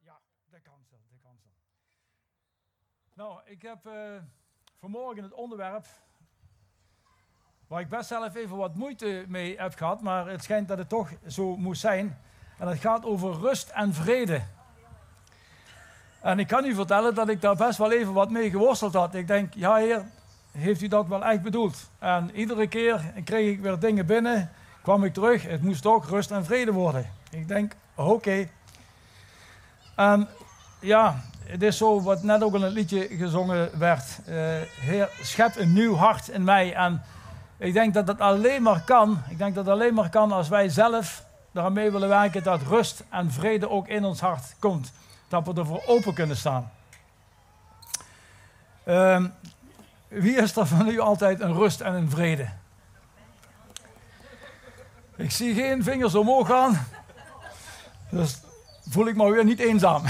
Ja, dat kan zo, dat kan zo. Nou, ik heb vanmorgen het onderwerp waar ik best zelf even wat moeite mee heb gehad, maar het schijnt dat het toch zo moest zijn. En het gaat over rust en vrede. En ik kan u vertellen dat ik daar best wel even wat mee geworsteld had. Ik denk, ja Heer, heeft u dat wel echt bedoeld? En iedere keer kreeg ik weer dingen binnen, kwam ik terug, het moest toch rust en vrede worden. Ik denk, oké. En ja, het is zo wat net ook in het liedje gezongen werd. Heer, schep een nieuw hart in mij. En ik denk dat dat alleen maar kan. Ik denk dat het alleen maar kan als wij zelf eraan mee willen werken dat rust en vrede ook in ons hart komt. Dat we ervoor open kunnen staan. Wie is er van u altijd een rust en een vrede? Ik zie geen vingers omhoog gaan. Dus voel ik me weer niet eenzaam.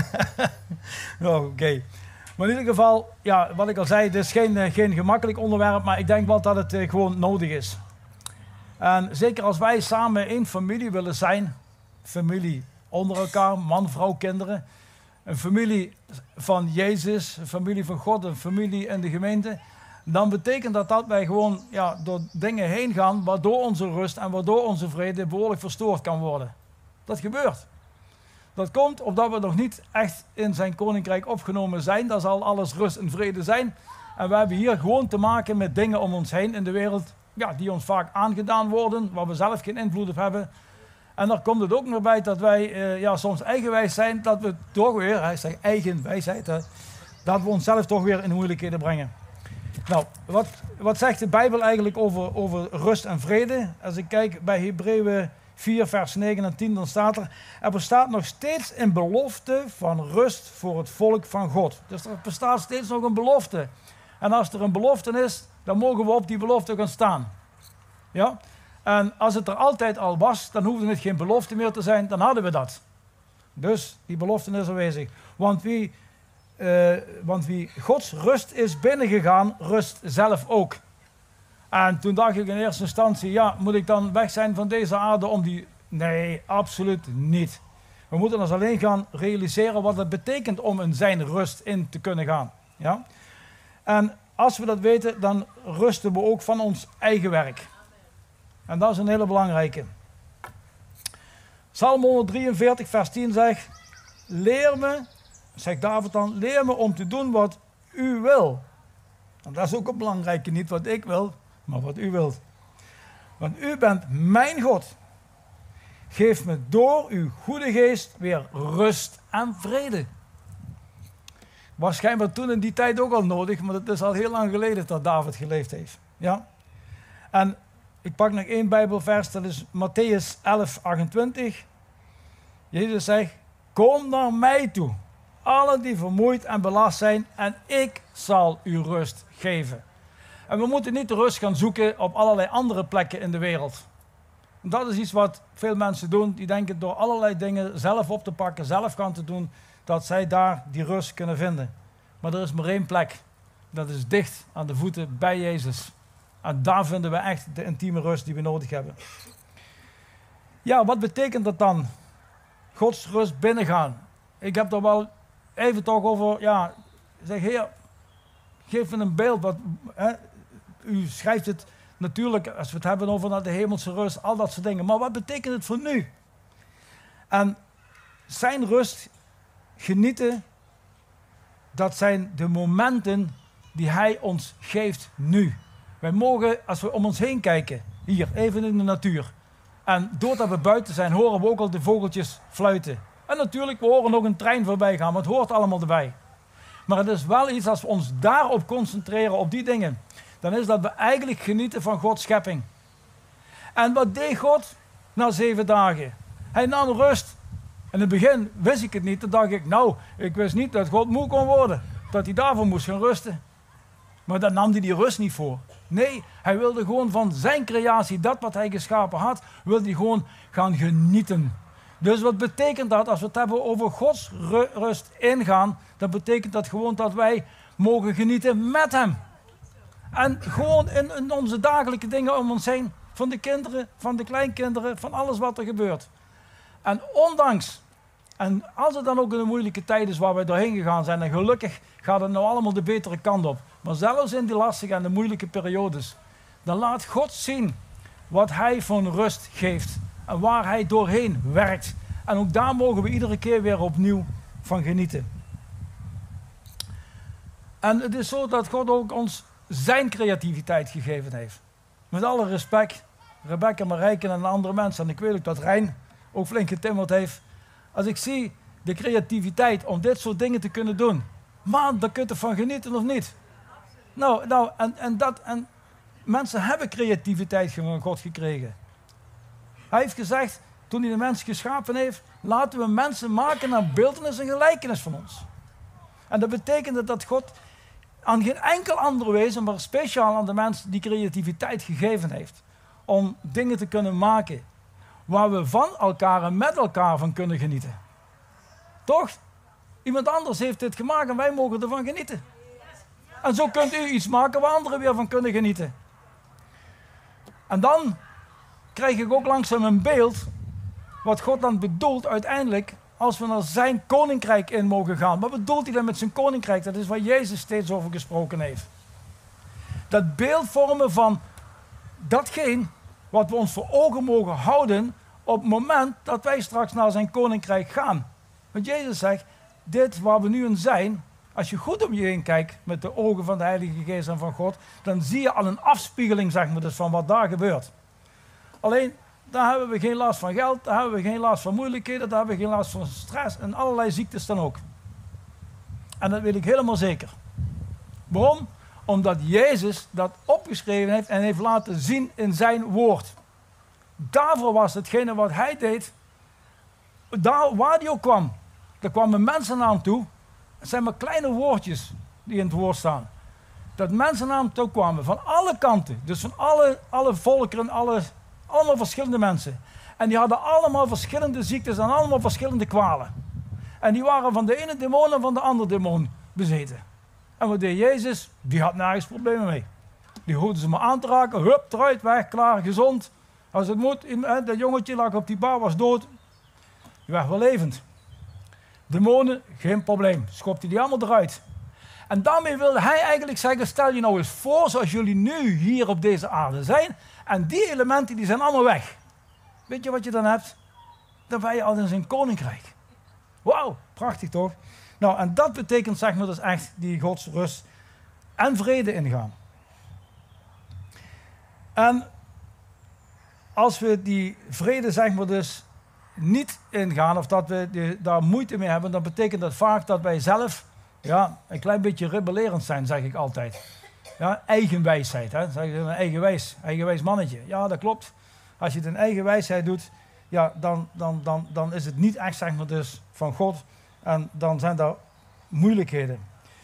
Oké. Maar in ieder geval, ja, wat ik al zei, het is geen gemakkelijk onderwerp, maar ik denk wel dat het gewoon nodig is. En zeker als wij samen één familie willen zijn, familie onder elkaar, man, vrouw, kinderen, een familie van Jezus, een familie van God, een familie in de gemeente, dan betekent dat wij gewoon door dingen heen gaan waardoor onze rust en waardoor onze vrede behoorlijk verstoord kan worden. Dat gebeurt. Dat komt omdat we nog niet echt in zijn koninkrijk opgenomen zijn. Dan zal alles rust en vrede zijn. En we hebben hier gewoon te maken met dingen om ons heen in de wereld, die ons vaak aangedaan worden, waar we zelf geen invloed op hebben. En dan komt het ook nog bij dat wij soms eigenwijs zijn, dat we toch weer, hij zegt eigen wijsheid, dat we onszelf toch weer in moeilijkheden brengen. Nou, wat zegt de Bijbel eigenlijk over rust en vrede? Als ik kijk bij Hebreeën 4 vers 9 en 10, dan staat er bestaat nog steeds een belofte van rust voor het volk van God. Dus er bestaat steeds nog een belofte. En als er een belofte is, dan mogen we op die belofte gaan staan. Ja? En als het er altijd al was, dan hoefde het geen belofte meer te zijn, dan hadden we dat. Dus die belofte is aanwezig. Want wie Gods rust is binnengegaan, rust zelf ook. En toen dacht ik in eerste instantie, moet ik dan weg zijn van deze aarde om die... Nee, absoluut niet. We moeten ons alleen gaan realiseren wat het betekent om in zijn rust in te kunnen gaan. Ja? En als we dat weten, dan rusten we ook van ons eigen werk. En dat is een hele belangrijke. Psalm 143 vers 10 zegt, leer me, zegt David dan, leer me om te doen wat u wil. En dat is ook een belangrijke, niet wat ik wil, maar wat u wilt. Want u bent mijn God. Geef me door uw goede geest weer rust en vrede. Waarschijnlijk toen in die tijd ook al nodig, maar het is al heel lang geleden dat David geleefd heeft. Ja? En ik pak nog één Bijbelvers, dat is Mattheüs 11, 28. Jezus zegt, kom naar mij toe, allen die vermoeid en belast zijn, en ik zal u rust geven. En we moeten niet de rust gaan zoeken op allerlei andere plekken in de wereld. Dat is iets wat veel mensen doen, die denken door allerlei dingen zelf op te pakken, zelf gaan te doen, dat zij daar die rust kunnen vinden. Maar er is maar één plek, dat is dicht aan de voeten bij Jezus. En daar vinden we echt de intieme rust die we nodig hebben. Ja, wat betekent dat dan? Gods rust binnengaan. Ik heb er wel even toch over, zeg Heer, geef me een beeld. U schrijft het natuurlijk, als we het hebben over de hemelse rust, al dat soort dingen. Maar wat betekent het voor nu? En zijn rust genieten, dat zijn de momenten die hij ons geeft nu. Wij mogen, als we om ons heen kijken, hier, even in de natuur. En doordat we buiten zijn, horen we ook al de vogeltjes fluiten. En natuurlijk, we horen ook een trein voorbij gaan, maar het hoort allemaal erbij. Maar het is wel iets, als we ons daarop concentreren, op die dingen, dan is dat we eigenlijk genieten van Gods schepping. En wat deed God na 7 dagen? Hij nam rust. In het begin wist ik het niet, toen dacht ik, ik wist niet dat God moe kon worden. Dat hij daarvoor moest gaan rusten. Maar daar nam hij die rust niet voor. Nee, hij wilde gewoon van zijn creatie, dat wat hij geschapen had, wilde hij gewoon gaan genieten. Dus wat betekent dat als we het hebben over Gods rust ingaan, dan betekent dat gewoon dat wij mogen genieten met hem. En gewoon in onze dagelijke dingen om ons heen, van de kinderen, van de kleinkinderen, van alles wat er gebeurt. En ondanks En als het dan ook in de moeilijke tijd is waar wij doorheen gegaan zijn, en gelukkig gaat het nou allemaal de betere kant op. Maar zelfs in die lastige en de moeilijke periodes, dan laat God zien wat hij van rust geeft. En waar hij doorheen werkt. En ook daar mogen we iedere keer weer opnieuw van genieten. En het is zo dat God ook ons zijn creativiteit gegeven heeft. Met alle respect, Rebecca, Marijke en andere mensen. En ik weet ook dat Rijn ook flink getimmerd heeft. Als ik zie de creativiteit om dit soort dingen te kunnen doen. Man, daar kun je ervan genieten of niet? Nou, en mensen hebben creativiteit van God gekregen. Hij heeft gezegd, toen hij de mens geschapen heeft, laten we mensen maken naar beeltenis en gelijkenis van ons. En dat betekent dat God aan geen enkel andere wezen, maar speciaal aan de mens die creativiteit gegeven heeft. Om dingen te kunnen maken waar we van elkaar en met elkaar van kunnen genieten. Toch? Iemand anders heeft dit gemaakt en wij mogen ervan genieten. En zo kunt u iets maken waar anderen weer van kunnen genieten. En dan krijg ik ook langzaam een beeld wat God dan bedoelt uiteindelijk als we naar zijn koninkrijk in mogen gaan. Wat bedoelt hij dan met zijn koninkrijk? Dat is waar Jezus steeds over gesproken heeft. Dat beeld vormen van datgene wat we ons voor ogen mogen houden op het moment dat wij straks naar zijn koninkrijk gaan. Want Jezus zegt, dit waar we nu in zijn, als je goed om je heen kijkt met de ogen van de Heilige Geest en van God, dan zie je al een afspiegeling, zeg maar, dus van wat daar gebeurt. Alleen, daar hebben we geen last van geld, daar hebben we geen last van moeilijkheden, daar hebben we geen last van stress en allerlei ziektes dan ook. En dat weet ik helemaal zeker. Waarom? Omdat Jezus dat opgeschreven heeft en heeft laten zien in zijn woord. Daarvoor was hetgene wat hij deed, daar waar hij ook kwam. Er kwamen mensen naar hem toe. Het zijn maar kleine woordjes die in het woord staan. Dat mensen naar hem toe kwamen van alle kanten. Dus van alle volkeren, allemaal verschillende mensen. En die hadden allemaal verschillende ziektes en allemaal verschillende kwalen. En die waren van de ene demon en van de andere demon bezeten. En wat deed Jezus? Die had nergens problemen mee. Die hoefden ze maar aan te raken. Hup, eruit, weg, klaar, gezond. Als het moet, dat jongetje lag op die bar, was dood. Die werd wel levend. Demonen, geen probleem. Schopte die allemaal eruit. En daarmee wilde hij eigenlijk zeggen, stel je nou eens voor zoals jullie nu hier op deze aarde zijn. En die elementen die zijn allemaal weg. Weet je wat je dan hebt? Dan ben je al in zijn koninkrijk. Wauw, prachtig toch? Nou, en dat betekent zeg maar dus echt die Gods rust en vrede ingaan. En als we die vrede zeg maar dus niet ingaan of dat we daar moeite mee hebben, dan betekent dat vaak dat wij zelf een klein beetje rebellerend zijn, zeg ik altijd. Ja, eigenwijsheid, hè? Zeg je een eigenwijs mannetje. Ja, dat klopt. Als je het in eigen wijsheid doet, ja, dan is het niet echt zeg maar dus van God en dan zijn daar moeilijkheden.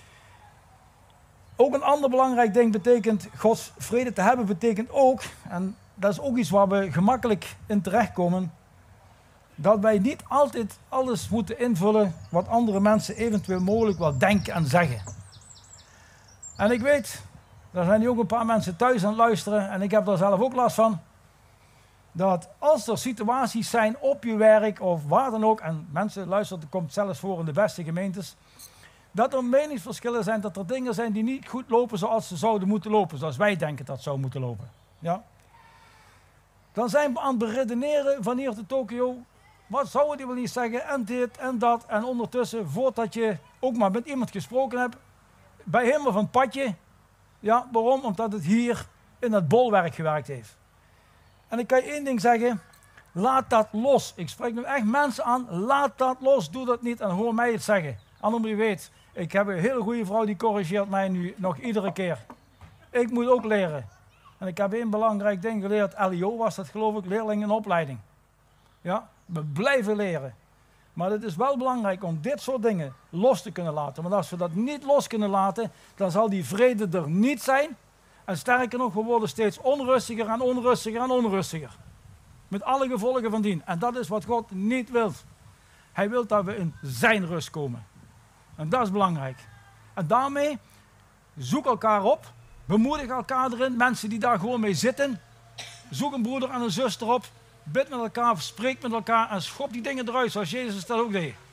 Ook een ander belangrijk ding betekent, Gods vrede te hebben betekent ook, en dat is ook iets waar we gemakkelijk in terechtkomen, dat wij niet altijd alles moeten invullen wat andere mensen eventueel mogelijk wel denken en zeggen. En ik weet, er zijn nu ook een paar mensen thuis aan het luisteren en ik heb daar zelf ook last van, dat als er situaties zijn op je werk of waar dan ook, en mensen luisteren, dat komt zelfs voor in de beste gemeentes, dat er meningsverschillen zijn, dat er dingen zijn die niet goed lopen zoals ze zouden moeten lopen, zoals wij denken dat zou moeten lopen. Ja? Dan zijn we aan het beredeneren van hier tot Tokio, wat zouden die wel niet zeggen, en dit en dat, en ondertussen, voordat je ook maar met iemand gesproken hebt, bij helemaal van het padje. Ja, waarom? Omdat het hier in het bolwerk gewerkt heeft. En ik kan je één ding zeggen, laat dat los. Ik spreek nu echt mensen aan, laat dat los, doe dat niet en hoor mij het zeggen. Anders je weet, ik heb een hele goede vrouw die corrigeert mij nu nog iedere keer. Ik moet ook leren. En ik heb één belangrijk ding geleerd, LEO was dat geloof ik, leerling in opleiding. Ja, we blijven leren. Maar het is wel belangrijk om dit soort dingen los te kunnen laten. Want als we dat niet los kunnen laten, dan zal die vrede er niet zijn. En sterker nog, we worden steeds onrustiger en onrustiger en onrustiger. Met alle gevolgen van dien. En dat is wat God niet wil. Hij wil dat we in zijn rust komen. En dat is belangrijk. En daarmee zoek elkaar op. Bemoedig elkaar erin. Mensen die daar gewoon mee zitten. Zoek een broeder en een zuster op. Bid met elkaar, spreek met elkaar en schop die dingen eruit zoals Jezus dat ook deed.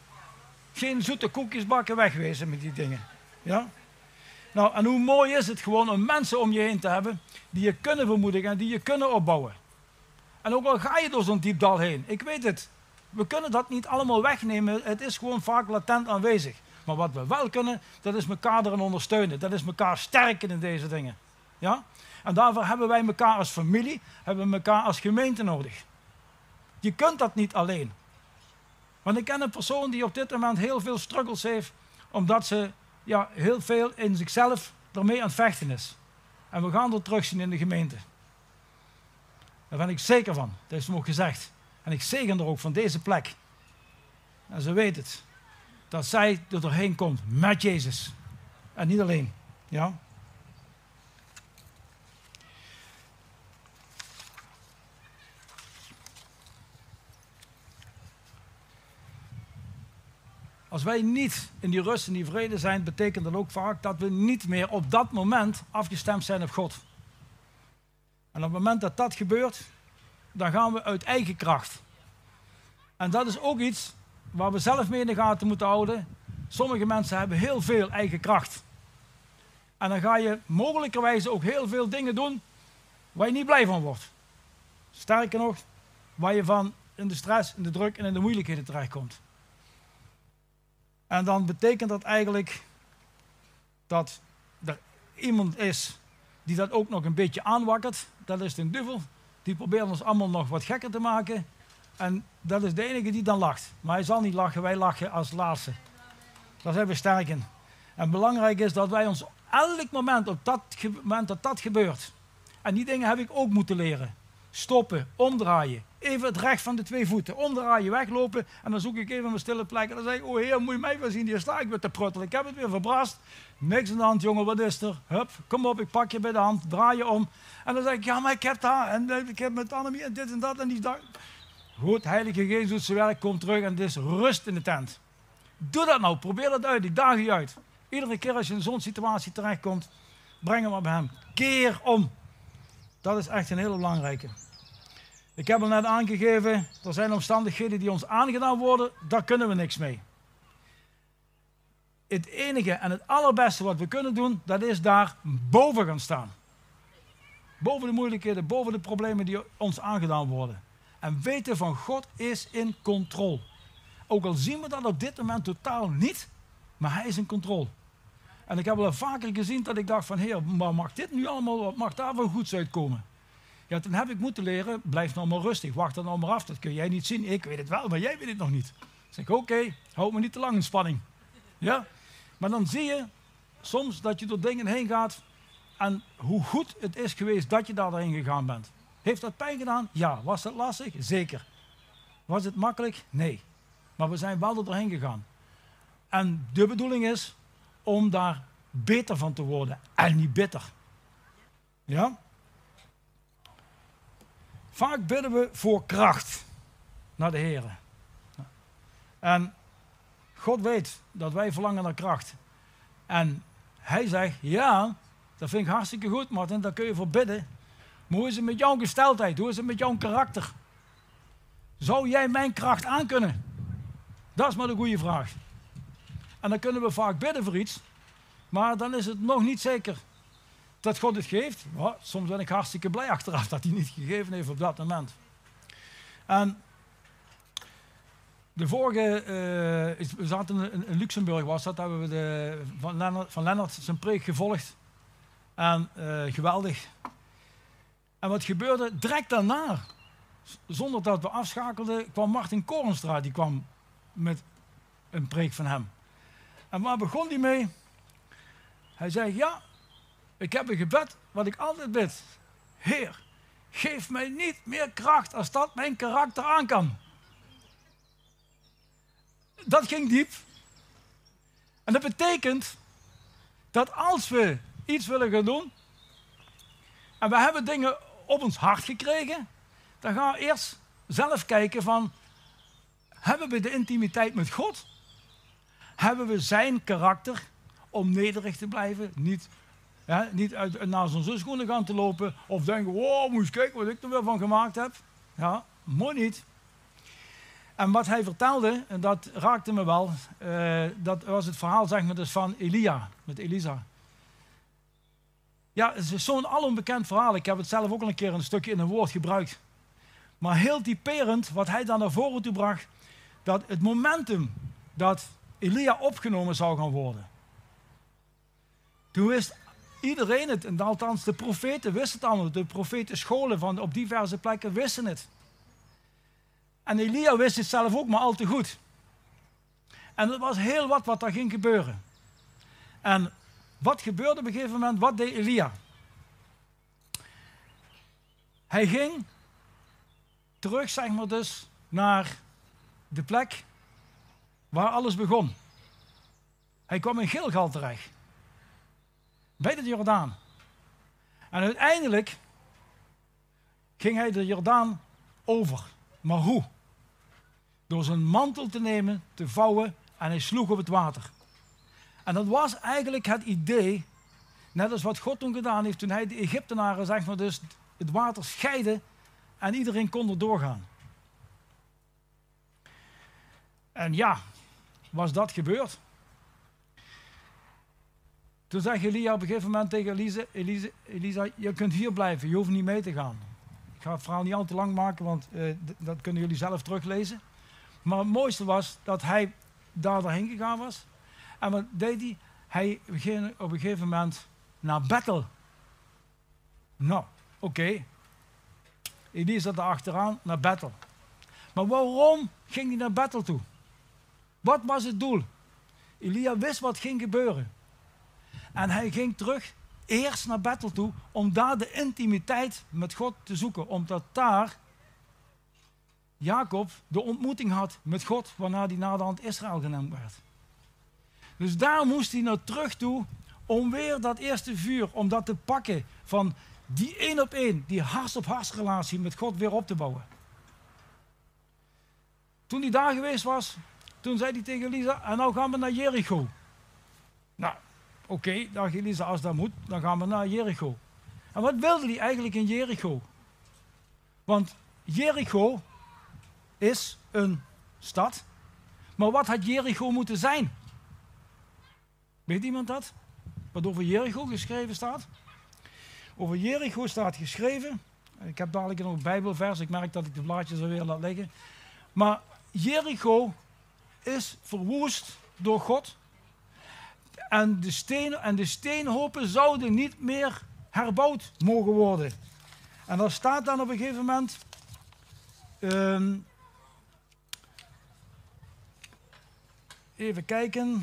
Geen zoete koekjes bakken, wegwezen met die dingen. Ja? Nou, en hoe mooi is het gewoon om mensen om je heen te hebben die je kunnen bemoedigen en die je kunnen opbouwen. En ook al ga je door zo'n diep dal heen, ik weet het, we kunnen dat niet allemaal wegnemen, het is gewoon vaak latent aanwezig. Maar wat we wel kunnen, dat is elkaar erin ondersteunen, dat is elkaar sterken in deze dingen. Ja? En daarvoor hebben wij elkaar als familie, hebben we elkaar als gemeente nodig. Je kunt dat niet alleen. Want ik ken een persoon die op dit moment heel veel struggles heeft, omdat ze heel veel in zichzelf ermee aan het vechten is. En we gaan dat terugzien in de gemeente. Daar ben ik zeker van, dat heeft ze me ook gezegd. En ik zegen er ook van deze plek. En ze weet het, dat zij er doorheen komt met Jezus. En niet alleen. Ja? Als wij niet in die rust en die vrede zijn, betekent dat ook vaak dat we niet meer op dat moment afgestemd zijn op God. En op het moment dat dat gebeurt, dan gaan we uit eigen kracht. En dat is ook iets waar we zelf mee in de gaten moeten houden. Sommige mensen hebben heel veel eigen kracht. En dan ga je mogelijkerwijs ook heel veel dingen doen waar je niet blij van wordt. Sterker nog, waar je van in de stress, in de druk en in de moeilijkheden terechtkomt. En dan betekent dat eigenlijk dat er iemand is die dat ook nog een beetje aanwakkert. Dat is de duivel. Die probeert ons allemaal nog wat gekker te maken. En dat is de enige die dan lacht. Maar hij zal niet lachen, wij lachen als laatste. Daar zijn we sterk in. En belangrijk is dat wij ons elk moment, op dat moment dat dat gebeurt. En die dingen heb ik ook moeten leren. Stoppen, omdraaien. Even het recht van de twee voeten. Omdraaien, weglopen. En dan zoek ik even mijn stille plek. En dan zeg ik, oh Heer, moet je mij wel zien. Hier sta ik weer te pruttelen. Ik heb het weer verbrast. Niks aan de hand, jongen, wat is er? Hup, kom op, ik pak je bij de hand. Draai je om. En dan zeg ik, ja, maar ik heb daar. En ik heb met Annemie en dit en dat. En die dag. Goed, Heilige Geest doet zijn werk. Kom terug en het is rust in de tent. Doe dat nou. Probeer dat uit. Ik daag je uit. Iedere keer als je in zo'n situatie terechtkomt, breng hem maar bij hem. Keer om. Dat is echt een hele belangrijke. Ik heb al net aangegeven, er zijn omstandigheden die ons aangedaan worden, daar kunnen we niks mee. Het enige en het allerbeste wat we kunnen doen, dat is daar boven gaan staan. Boven de moeilijkheden, boven de problemen die ons aangedaan worden. En weten van God is in controle. Ook al zien we dat op dit moment totaal niet, maar hij is in controle. En ik heb wel vaker gezien dat ik dacht van, Heer, maar mag dit nu allemaal, wat mag daar voor goeds uitkomen? Ja, toen heb ik moeten leren, blijf nou maar rustig, wacht er nou maar af, dat kun jij niet zien. Ik weet het wel, maar jij weet het nog niet. Dan zeg ik, oké, houd me niet te lang in spanning. Ja? Maar dan zie je soms dat je door dingen heen gaat en hoe goed het is geweest dat je daar doorheen gegaan bent. Heeft dat pijn gedaan? Ja. Was dat lastig? Zeker. Was het makkelijk? Nee. Maar we zijn wel er doorheen gegaan. En de bedoeling is om daar beter van te worden en niet bitter. Ja? Vaak bidden we voor kracht naar de Heer. En God weet dat wij verlangen naar kracht. En hij zegt, ja, dat vind ik hartstikke goed, Martin, daar kun je voor bidden. Maar hoe is het met jouw gesteldheid? Hoe is het met jouw karakter? Zou jij mijn kracht aankunnen? Dat is maar de goede vraag. En dan kunnen we vaak bidden voor iets, maar dan is het nog niet zeker dat God het geeft. Ja, soms ben ik hartstikke blij achteraf dat hij niet gegeven heeft op dat moment. En de vorige, we zaten in Luxemburg, was dat, hebben we van Lennart zijn preek gevolgd. En geweldig. En wat gebeurde? Direct daarna, zonder dat we afschakelden, kwam Martin Korenstra, die kwam met een preek van hem. En waar begon hij mee? Hij zei, ja, ik heb een gebed wat ik altijd bid. Heer, geef mij niet meer kracht als dat mijn karakter aan kan. Dat ging diep. En dat betekent dat als we iets willen gaan doen en we hebben dingen op ons hart gekregen, dan gaan we eerst zelf kijken van, hebben we de intimiteit met God? Hebben we zijn karakter om nederig te blijven? Niet naar zijn schoenen gaan te lopen of denken, wow, moet je kijken wat ik er weer van gemaakt heb. Ja, mooi niet. En wat hij vertelde, en dat raakte me wel, dat was het verhaal zeg maar, dus van Elia, met Elisa. Ja, het is zo'n alombekend verhaal. Ik heb het zelf ook al een keer een stukje in een woord gebruikt. Maar heel typerend wat hij dan naar voren toe bracht, dat het momentum dat Elia opgenomen zou gaan worden. Toen wist iedereen het, en althans de profeten wisten het allemaal, de profetenscholen van op diverse plekken wisten het. En Elia wist het zelf ook maar al te goed. En er was heel wat daar ging gebeuren. En wat gebeurde op een gegeven moment? Wat deed Elia? Hij ging terug, zeg maar dus, naar de plek waar alles begon. Hij kwam in Gilgal terecht. Bij de Jordaan. En uiteindelijk ging hij de Jordaan over. Maar hoe? Door zijn mantel te nemen, te vouwen en hij sloeg op het water. En dat was eigenlijk het idee, net als wat God toen gedaan heeft, toen hij de Egyptenaren zeg maar dus het water scheidde en iedereen kon er doorgaan. En ja, was dat gebeurd? Toen zei Elia op een gegeven moment tegen Elisa, je kunt hier blijven, je hoeft niet mee te gaan. Ik ga het verhaal niet al te lang maken, want dat kunnen jullie zelf teruglezen. Maar het mooiste was dat hij daarheen gegaan was. En wat deed hij? Hij ging op een gegeven moment naar Bethel. Nou, oké. Elia zat daar achteraan naar Bethel. Maar waarom ging hij naar Bethel toe? Wat was het doel? Elia wist wat ging gebeuren. En hij ging terug eerst naar Bethel toe om daar de intimiteit met God te zoeken. Omdat daar Jacob de ontmoeting had met God waarna hij naderhand Israël genoemd werd. Dus daar moest hij naar terug toe om weer dat eerste vuur, om dat te pakken van die één op één, die hart-op-hart relatie met God weer op te bouwen. Toen hij daar geweest was, toen zei hij tegen Elisa, en nou gaan we naar Jericho. Nou, oké, dacht Elisa, als dat moet, dan gaan we naar Jericho. En wat wilde hij eigenlijk in Jericho? Want Jericho is een stad, maar wat had Jericho moeten zijn? Weet iemand dat? Wat over Jericho geschreven staat? Over Jericho staat geschreven, ik heb dadelijk nog een Bijbelvers, ik merk dat ik de blaadjes alweer laat liggen. Maar Jericho is verwoest door God. En de steenhopen zouden niet meer herbouwd mogen worden. En daar staat dan op een gegeven moment... even kijken.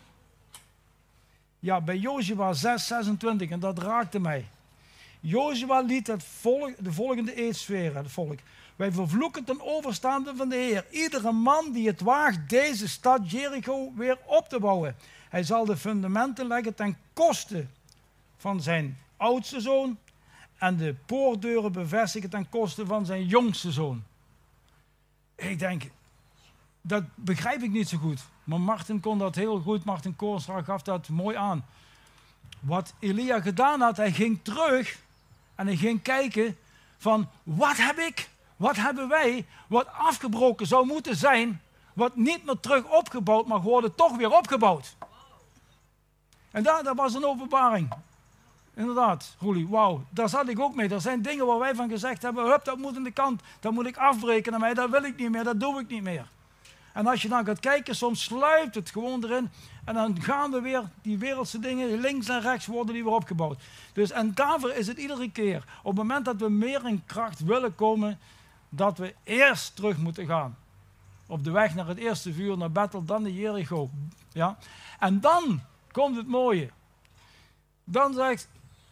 Ja, bij Jozua 6:26, en dat raakte mij. Jozua liet de volgende eed zweren, het volk. Wij vervloeken ten overstaande van de Heer iedere man die het waagt deze stad Jericho weer op te bouwen. Hij zal de fundamenten leggen ten koste van zijn oudste zoon en de poortdeuren bevestigen ten koste van zijn jongste zoon. Ik denk, dat begrijp ik niet zo goed. Maar Martin kon dat heel goed, Martin Koornstra gaf dat mooi aan. Wat Elia gedaan had, hij ging terug en hij ging kijken van wat heb ik, wat hebben wij, wat afgebroken zou moeten zijn, wat niet meer terug opgebouwd mag worden, toch weer opgebouwd. En dat was een openbaring. Inderdaad, Roelie, wauw, daar zat ik ook mee. Er zijn dingen waar wij van gezegd hebben, hup, dat moet aan de kant, dat moet ik afbreken aan mij, dat wil ik niet meer, dat doe ik niet meer. En als je dan gaat kijken, soms sluipt het gewoon erin en dan gaan we weer, die wereldse dingen, links en rechts worden die weer opgebouwd. Dus en daarvoor is het iedere keer, op het moment dat we meer in kracht willen komen, dat we eerst terug moeten gaan. Op de weg naar het eerste vuur, naar Bethel, dan de Jericho. Ja? En dan komt het mooie. Dan zegt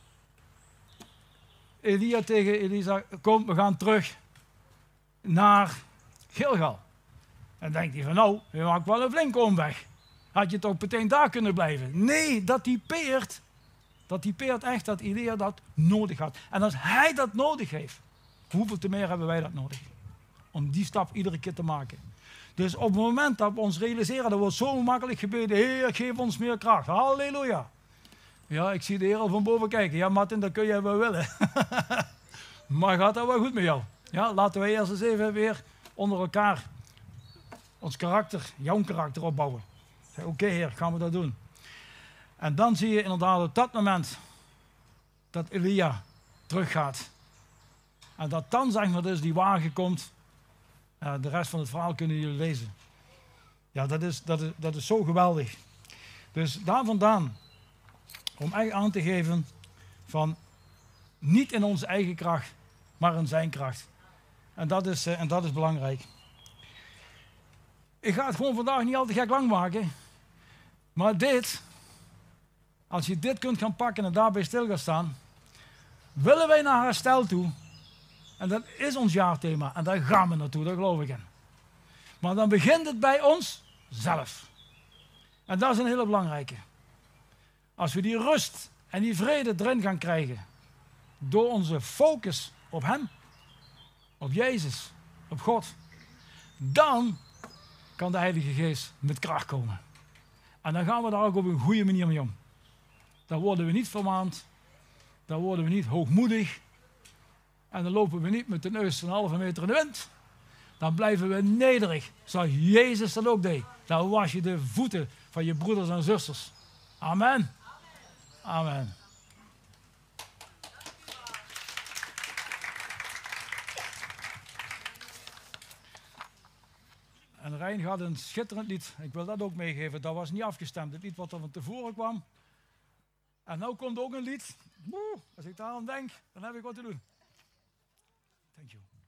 Elia tegen Elisa, kom, we gaan terug naar Gilgal. En dan denkt hij van nou, je maakt wel een flinke omweg. Had je toch meteen daar kunnen blijven? Nee, dat typeert echt dat Elia dat nodig had. En als hij dat nodig heeft, hoeveel te meer hebben wij dat nodig? Om die stap iedere keer te maken. Dus op het moment dat we ons realiseren, dat wordt zo makkelijk gebeden, Heer, geef ons meer kracht. Halleluja. Ja, ik zie de Heer al van boven kijken. Ja, Martin, dat kun jij wel willen. Maar gaat dat wel goed met jou? Ja, laten wij eerst eens even weer onder elkaar ons karakter, jouw karakter opbouwen. Ik zei, oké, Heer, gaan we dat doen. En dan zie je inderdaad op dat moment dat Elia teruggaat. En dat dan, zeg maar, dus die wagen komt. De rest van het verhaal kunnen jullie lezen. Ja, dat is zo geweldig. Dus daar vandaan, om echt aan te geven van niet in onze eigen kracht, maar in zijn kracht. En dat is belangrijk. Ik ga het gewoon vandaag niet al te gek lang maken. Maar als je dit kunt gaan pakken en daarbij stil gaat staan, willen wij naar herstel toe. En dat is ons jaarthema. En daar gaan we naartoe, daar geloof ik in. Maar dan begint het bij ons zelf. En dat is een hele belangrijke. Als we die rust en die vrede erin gaan krijgen, door onze focus op Hem, op Jezus, op God, dan kan de Heilige Geest met kracht komen. En dan gaan we daar ook op een goede manier mee om. Dan worden we niet vermaand, dan worden we niet hoogmoedig en dan lopen we niet met de neus een halve meter in de wind. Dan blijven we nederig, zoals Jezus dat ook deed. Dan was je de voeten van je broeders en zusters. Amen. Amen. En Rijn had een schitterend lied. Ik wil dat ook meegeven. Dat was niet afgestemd. Het lied wat er van tevoren kwam. En nu komt ook een lied. Als ik daar aan denk, dan heb ik wat te doen. Thank you.